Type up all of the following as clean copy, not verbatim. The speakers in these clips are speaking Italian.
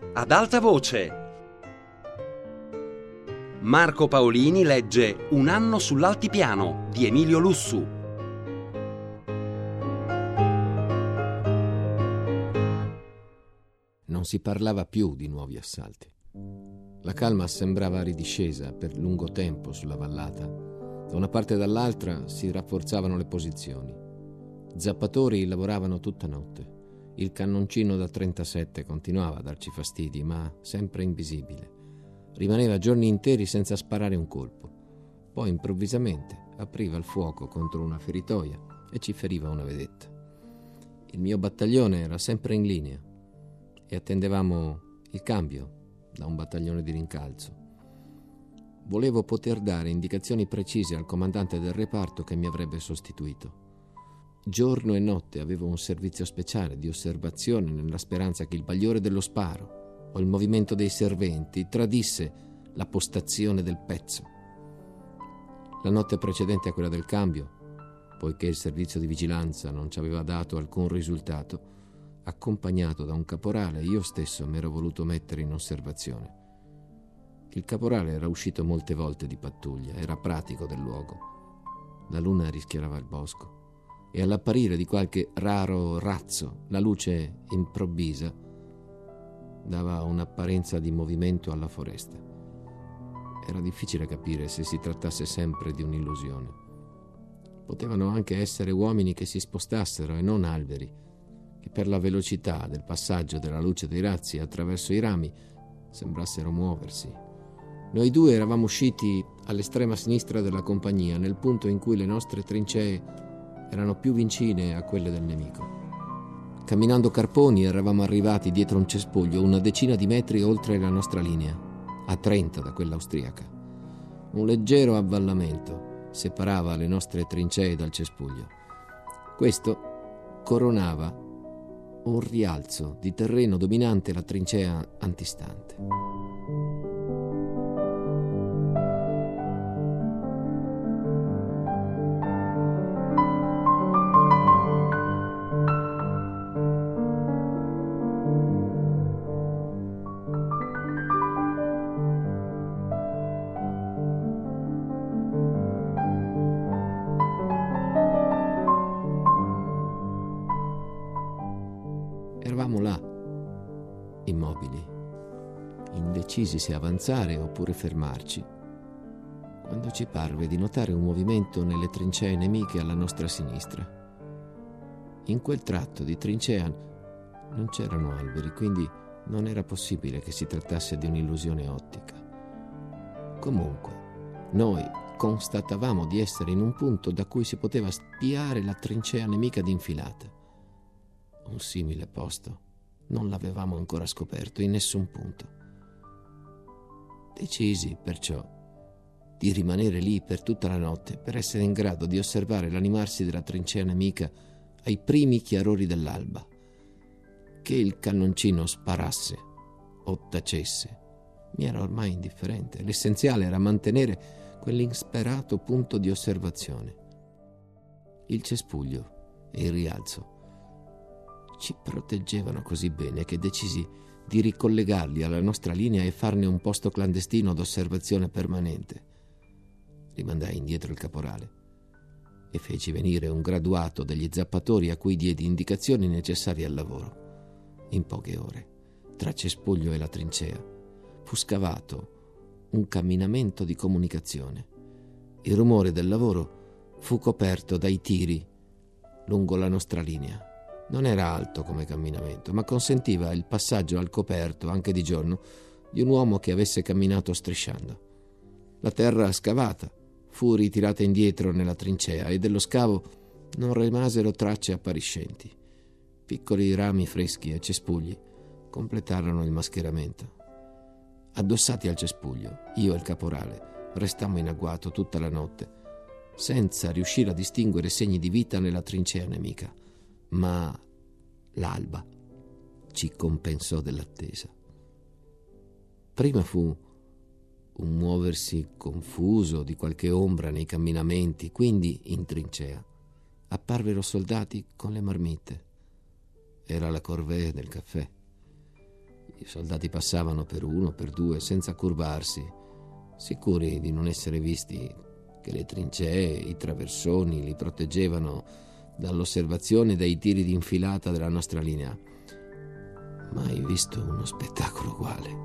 ad alta voce. Marco Paolini legge Un anno sull'altipiano di Emilio Lussu. Non si parlava più di nuovi assalti. La calma sembrava ridiscesa per lungo tempo sulla vallata. Da una parte e dall'altra si rafforzavano le posizioni. Zappatori lavoravano tutta notte. Il cannoncino da 37 continuava a darci fastidi, ma sempre invisibile. Rimaneva giorni interi senza sparare un colpo. Poi improvvisamente apriva il fuoco contro una feritoia e ci feriva una vedetta. Il mio battaglione era sempre in linea e attendevamo il cambio da un battaglione di rincalzo. Volevo poter dare indicazioni precise al comandante del reparto che mi avrebbe sostituito. Giorno e notte avevo un servizio speciale di osservazione nella speranza che il bagliore dello sparo o il movimento dei serventi tradisse la postazione del pezzo. La notte precedente a quella del cambio, poiché il servizio di vigilanza non ci aveva dato alcun risultato, accompagnato da un caporale, io stesso mi ero voluto mettere in osservazione. Il caporale era uscito molte volte di pattuglia, era pratico del luogo. La luna rischiarava il bosco e all'apparire di qualche raro razzo la luce improvvisa dava un'apparenza di movimento alla foresta. Era difficile capire se si trattasse sempre di un'illusione. Potevano anche essere uomini che si spostassero e non alberi, che per la velocità del passaggio della luce dei razzi attraverso i rami sembrassero muoversi. Noi due eravamo usciti all'estrema sinistra della compagnia, nel punto in cui le nostre trincee erano più vicine a quelle del nemico. Camminando carponi eravamo arrivati dietro un cespuglio una decina di metri oltre la nostra linea, a 30 da quella austriaca. Un leggero avvallamento separava le nostre trincee dal cespuglio. Questo coronava un rialzo di terreno dominante la trincea antistante. Eravamo là, immobili, indecisi se avanzare oppure fermarci, quando ci parve di notare un movimento nelle trincee nemiche alla nostra sinistra. In quel tratto di trincea non c'erano alberi, quindi non era possibile che si trattasse di un'illusione ottica. Comunque, noi constatavamo di essere in un punto da cui si poteva spiare la trincea nemica d'infilata. Un simile posto non l'avevamo ancora scoperto in nessun punto. Decisi, perciò, di rimanere lì per tutta la notte per essere in grado di osservare l'animarsi della trincea nemica ai primi chiarori dell'alba. Che il cannoncino sparasse o tacesse mi era ormai indifferente. L'essenziale era mantenere quell'insperato punto di osservazione. Il cespuglio e il rialzo ci proteggevano così bene che decisi di ricollegarli alla nostra linea e farne un posto clandestino d'osservazione permanente. Rimandai indietro il caporale e feci venire un graduato degli zappatori a cui diedi indicazioni necessarie al lavoro. In poche ore, tra cespuglio e la trincea, fu scavato un camminamento di comunicazione. Il rumore del lavoro fu coperto dai tiri lungo la nostra linea. Non era alto come camminamento, ma consentiva il passaggio al coperto, anche di giorno, di un uomo che avesse camminato strisciando. La terra scavata fu ritirata indietro nella trincea e dello scavo non rimasero tracce appariscenti. Piccoli rami freschi e cespugli completarono il mascheramento. Addossati al cespuglio, io e il caporale restammo in agguato tutta la notte, senza riuscire a distinguere segni di vita nella trincea nemica. Ma l'alba ci compensò dell'attesa. Prima fu un muoversi confuso di qualche ombra nei camminamenti, quindi in trincea apparvero soldati con le marmitte. Era la corvée del caffè. I soldati passavano per uno, per due, senza curvarsi, sicuri di non essere visti, che le trincee, i traversoni li proteggevano dall'osservazione e dai tiri di infilata della nostra linea. Mai visto uno spettacolo uguale.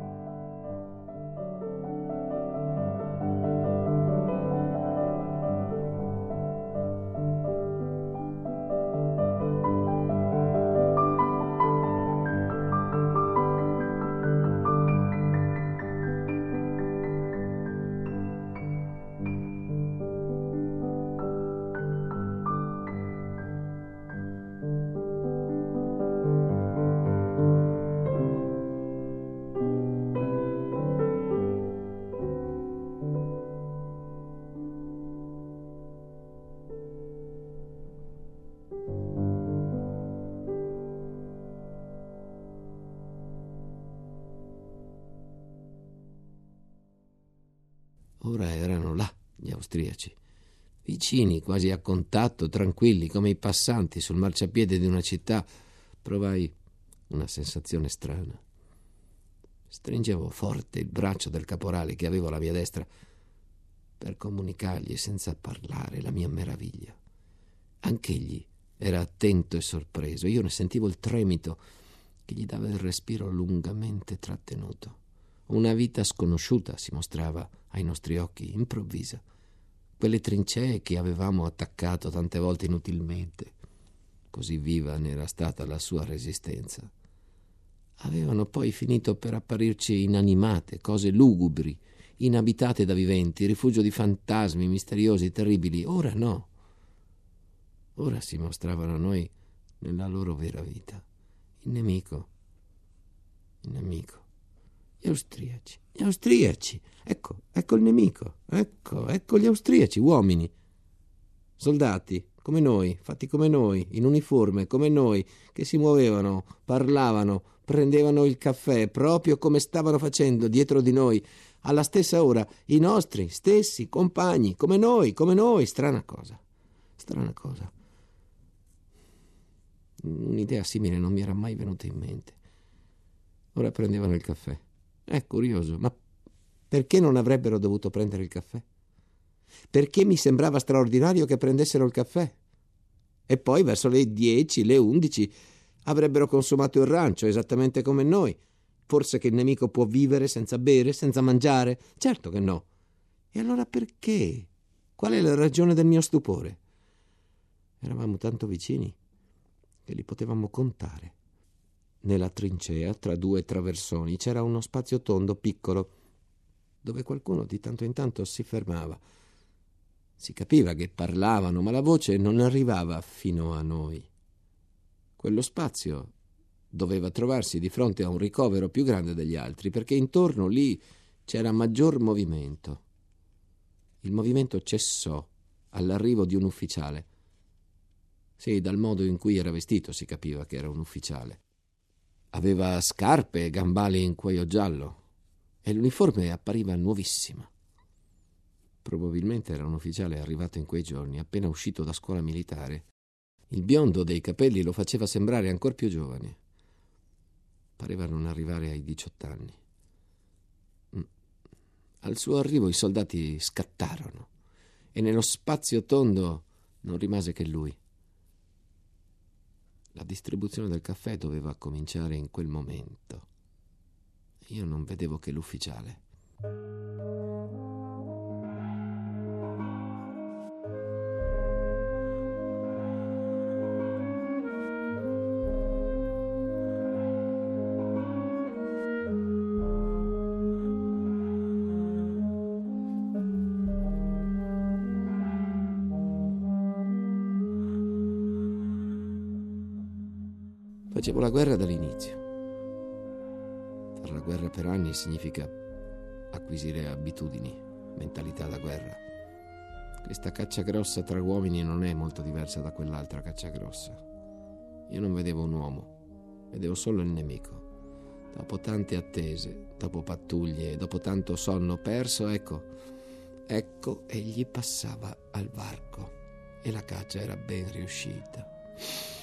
Ora erano là, gli austriaci, vicini, quasi a contatto, tranquilli, come i passanti sul marciapiede di una città. Provai una sensazione strana. Stringevo forte il braccio del caporale che avevo alla mia destra per comunicargli senza parlare la mia meraviglia. Anch'egli era attento e sorpreso. Io ne sentivo il tremito che gli dava il respiro lungamente trattenuto. Una vita sconosciuta si mostrava ai nostri occhi, improvvisa. Quelle trincee che avevamo attaccato tante volte inutilmente, così viva n'era stata la sua resistenza, avevano poi finito per apparirci inanimate, cose lugubri, inabitate da viventi, rifugio di fantasmi misteriosi, terribili. Ora no. Ora si mostravano a noi nella loro vera vita. Il nemico. Gli austriaci. Ecco il nemico. Ecco gli austriaci, uomini, soldati, come noi, fatti come noi, in uniforme, come noi, che si muovevano, parlavano, prendevano il caffè, proprio come stavano facendo dietro di noi, alla stessa ora, i nostri stessi compagni, come noi. Strana cosa. Un'idea simile non mi era mai venuta in mente. Ora prendevano il caffè. È curioso, ma perché non avrebbero dovuto prendere il caffè? Perché mi sembrava straordinario che prendessero il caffè? E poi verso le 10, le 11 avrebbero consumato il rancio, esattamente come noi. Forse che il nemico può vivere senza bere, senza mangiare? Certo che no. E allora perché? Qual è la ragione del mio stupore? Eravamo tanto vicini che li potevamo contare. Nella trincea, tra due traversoni, c'era uno spazio tondo piccolo, dove qualcuno di tanto in tanto si fermava. Si capiva che parlavano, ma la voce non arrivava fino a noi. Quello spazio doveva trovarsi di fronte a un ricovero più grande degli altri, perché intorno lì c'era maggior movimento. Il movimento cessò all'arrivo di un ufficiale. Sì, dal modo in cui era vestito si capiva che era un ufficiale. Aveva scarpe e gambali in cuoio giallo e l'uniforme appariva nuovissima. Probabilmente era un ufficiale arrivato in quei giorni, appena uscito da scuola militare. Il biondo dei capelli lo faceva sembrare ancor più giovane. Pareva non arrivare ai 18 anni. Al suo arrivo i soldati scattarono e nello spazio tondo non rimase che lui. La distribuzione del caffè doveva cominciare in quel momento. Io non vedevo che l'ufficiale. Facevo la guerra dall'inizio. Fare la guerra per anni significa acquisire abitudini, mentalità da guerra. Questa caccia grossa tra uomini non è molto diversa da quell'altra caccia grossa. Io non vedevo un uomo, vedevo solo il nemico. Dopo tante attese, dopo pattuglie, dopo tanto sonno perso, ecco, egli passava al varco e la caccia era ben riuscita.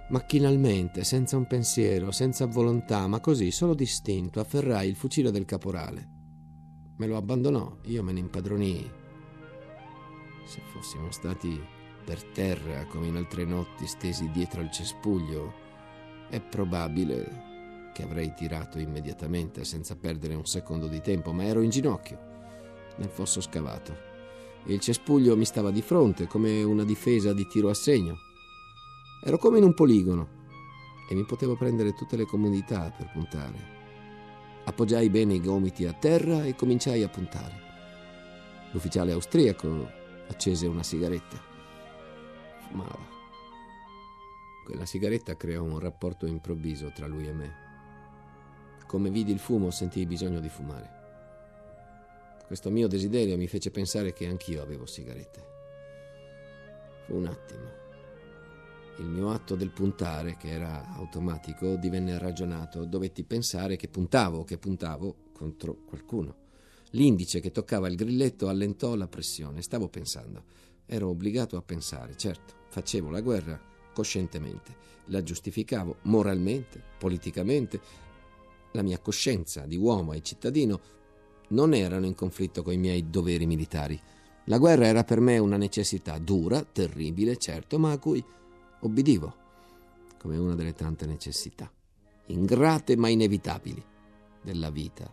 Macchinalmente, senza un pensiero, senza volontà, ma così, solo d'istinto, afferrai il fucile del caporale. Me lo abbandonò, io me ne impadronii. Se fossimo stati per terra, come in altre notti, stesi dietro al cespuglio, è probabile che avrei tirato immediatamente, senza perdere un secondo di tempo, ma ero in ginocchio, nel fosso scavato, e il cespuglio mi stava di fronte, come una difesa di tiro a segno. Ero come in un poligono e mi potevo prendere tutte le comodità per puntare. Appoggiai bene i gomiti a terra e cominciai a puntare. L'ufficiale austriaco accese una sigaretta. Fumava. Quella sigaretta creò un rapporto improvviso tra lui e me. Come vidi il fumo, sentii bisogno di fumare. Questo mio desiderio mi fece pensare che anch'io avevo sigarette. Fu un attimo. Il mio atto del puntare, che era automatico, divenne ragionato. Dovetti pensare che puntavo contro qualcuno. L'indice che toccava il grilletto allentò la pressione. Stavo pensando. Ero obbligato a pensare, certo. Facevo la guerra coscientemente. La giustificavo moralmente, politicamente. La mia coscienza di uomo e cittadino non erano in conflitto con i miei doveri militari. La guerra era per me una necessità dura, terribile, certo, ma a cui obbidivo, come una delle tante necessità, ingrate ma inevitabili, della vita.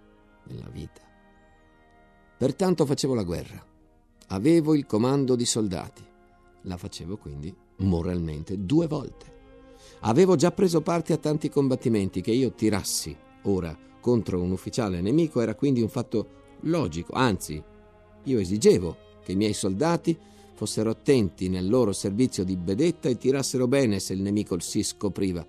Pertanto facevo la guerra. Avevo il comando di soldati. La facevo quindi, moralmente, 2 volte. Avevo già preso parte a tanti combattimenti. Che io tirassi ora contro un ufficiale nemico era quindi un fatto logico. Anzi, io esigevo che i miei soldati fossero attenti nel loro servizio di bedetta e tirassero bene se il nemico si scopriva.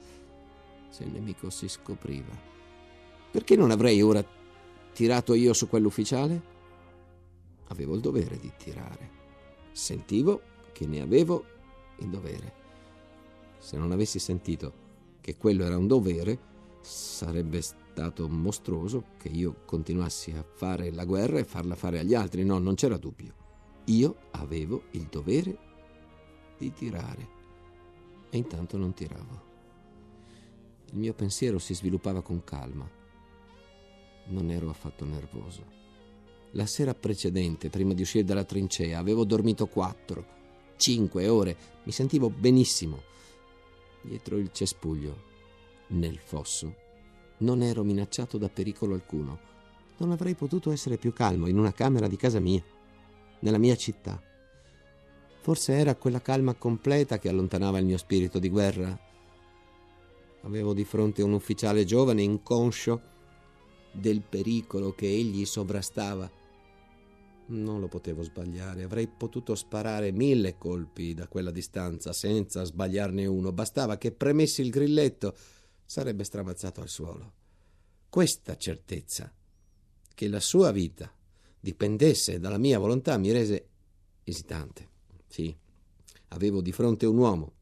Perché non avrei ora tirato io su quell'ufficiale? Avevo il dovere di tirare. Sentivo che ne avevo il dovere. Se non avessi sentito che quello era un dovere, sarebbe stato mostruoso che io continuassi a fare la guerra e farla fare agli altri. No, non c'era dubbio. Io avevo il dovere di tirare e intanto non tiravo. Il mio pensiero si sviluppava con calma. Non ero affatto nervoso. La sera precedente, prima di uscire dalla trincea, avevo dormito 4, 5 ore. Mi sentivo benissimo. Dietro il cespuglio, nel fosso, non ero minacciato da pericolo alcuno. Non avrei potuto essere più calmo in una camera di casa mia, nella mia città. Forse era quella calma completa che allontanava il mio spirito di guerra. Avevo di fronte un ufficiale giovane, inconscio del pericolo che egli sovrastava. Non lo potevo sbagliare. Avrei potuto sparare 1000 colpi da quella distanza senza sbagliarne uno. Bastava che premessi il grilletto, sarebbe stramazzato al suolo. Questa certezza che la sua vita dipendesse dalla mia volontà mi rese esitante. Sì, avevo di fronte un uomo.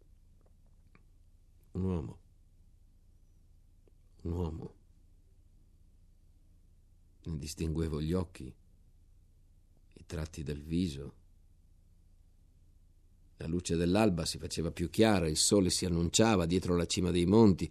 Ne distinguevo gli occhi, i tratti del viso. La luce dell'alba si faceva più chiara, il sole si annunciava dietro la cima dei monti.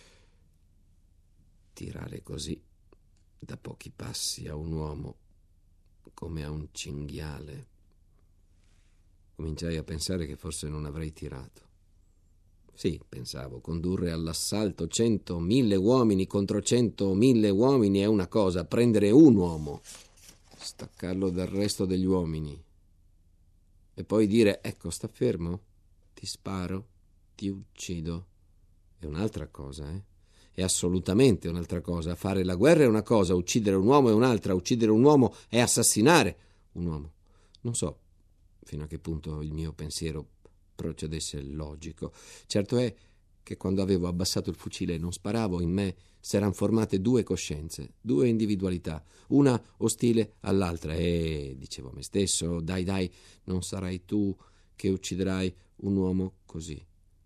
Tirare così, da pochi passi, a un uomo, come a un cinghiale. Cominciai a pensare che forse non avrei tirato. Sì, pensavo, condurre all'assalto 100.000 uomini contro 100.000 uomini è una cosa, prendere un uomo, staccarlo dal resto degli uomini e poi dire: ecco, sta fermo, ti sparo, ti uccido, è un'altra cosa, È assolutamente un'altra cosa. Fare la guerra è una cosa, uccidere un uomo è un'altra. Uccidere un uomo è assassinare un uomo. Non so fino a che punto il mio pensiero procedesse logico. Certo è che quando avevo abbassato il fucile e non sparavo, in me s'eran formate 2 coscienze, 2 individualità, una ostile all'altra. E dicevo a me stesso: dai, non sarai tu che ucciderai un uomo così.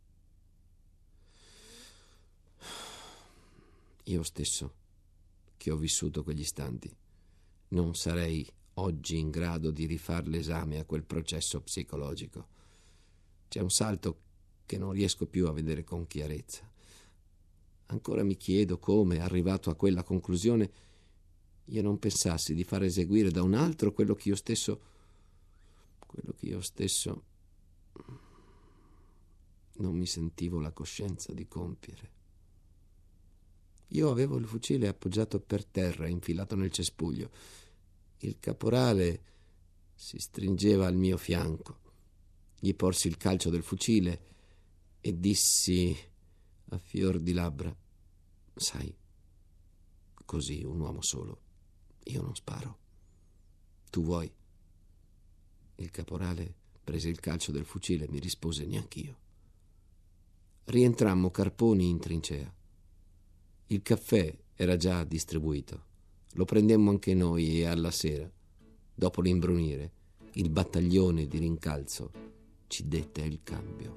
Io stesso, che ho vissuto quegli istanti, non sarei oggi in grado di rifar l'esame a quel processo psicologico. C'è un salto che non riesco più a vedere con chiarezza. Ancora mi chiedo come, arrivato a quella conclusione, io non pensassi di far eseguire da un altro quello che io stesso non mi sentivo la coscienza di compiere. Io avevo il fucile appoggiato per terra, infilato nel cespuglio. Il caporale si stringeva al mio fianco. Gli porsi il calcio del fucile e dissi a fior di labbra: sai, così un uomo solo, io non sparo. Tu vuoi? Il caporale prese il calcio del fucile e mi rispose: neanch'io. Rientrammo carponi in trincea. Il caffè era già distribuito. Lo prendemmo anche noi e alla sera, dopo l'imbrunire, il battaglione di rincalzo ci dette il cambio.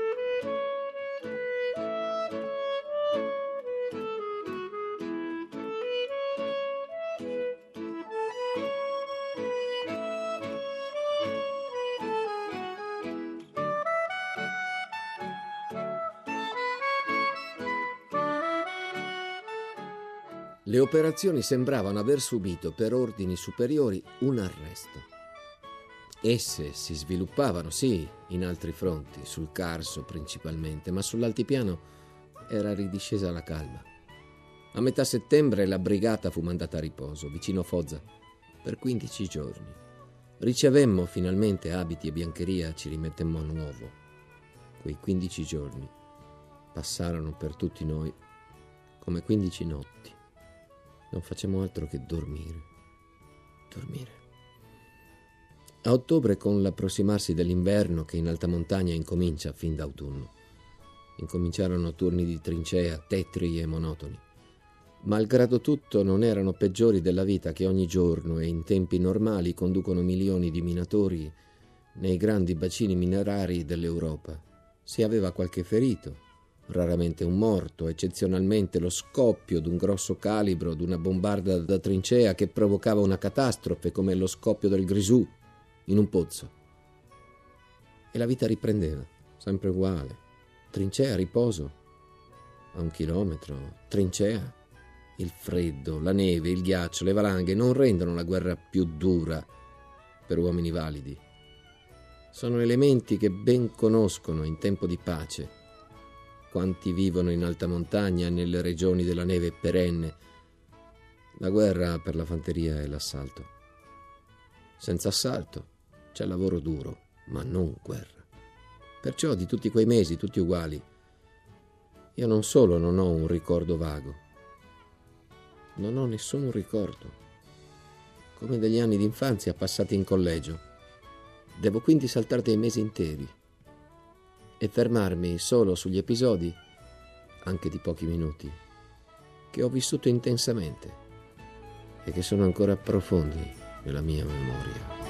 Le operazioni sembravano aver subito per ordini superiori un arresto. Esse si sviluppavano, sì, in altri fronti, sul Carso principalmente, ma sull'altipiano era ridiscesa la calma. A metà settembre la brigata fu mandata a riposo, vicino Foggia, per 15 giorni. Ricevemmo finalmente abiti e biancheria, ci rimettemmo a nuovo. Quei 15 giorni passarono per tutti noi come 15 notti. Non facemmo altro che dormire. A ottobre, con l'approssimarsi dell'inverno che in alta montagna incomincia fin d'autunno, incominciarono turni di trincea tetri e monotoni. Malgrado tutto non erano peggiori della vita che ogni giorno e in tempi normali conducono milioni di minatori nei grandi bacini minerari dell'Europa. Si aveva qualche ferito, raramente un morto, eccezionalmente lo scoppio d'un grosso calibro, d'una bombarda da trincea che provocava una catastrofe come lo scoppio del Grisù in un pozzo. E la vita riprendeva, sempre uguale. Trincea, riposo. A 1 chilometro, trincea. Il freddo, la neve, il ghiaccio, le valanghe non rendono la guerra più dura per uomini validi. Sono elementi che ben conoscono in tempo di pace quanti vivono in alta montagna e nelle regioni della neve perenne. La guerra per la fanteria è l'assalto. Senza assalto c'è lavoro duro, ma non guerra. Perciò di tutti quei mesi, tutti uguali, io non solo non ho un ricordo vago, non ho nessun ricordo, come degli anni d'infanzia passati in collegio. Devo quindi saltare dei mesi interi e fermarmi solo sugli episodi, anche di pochi minuti, che ho vissuto intensamente e che sono ancora profondi nella mia memoria.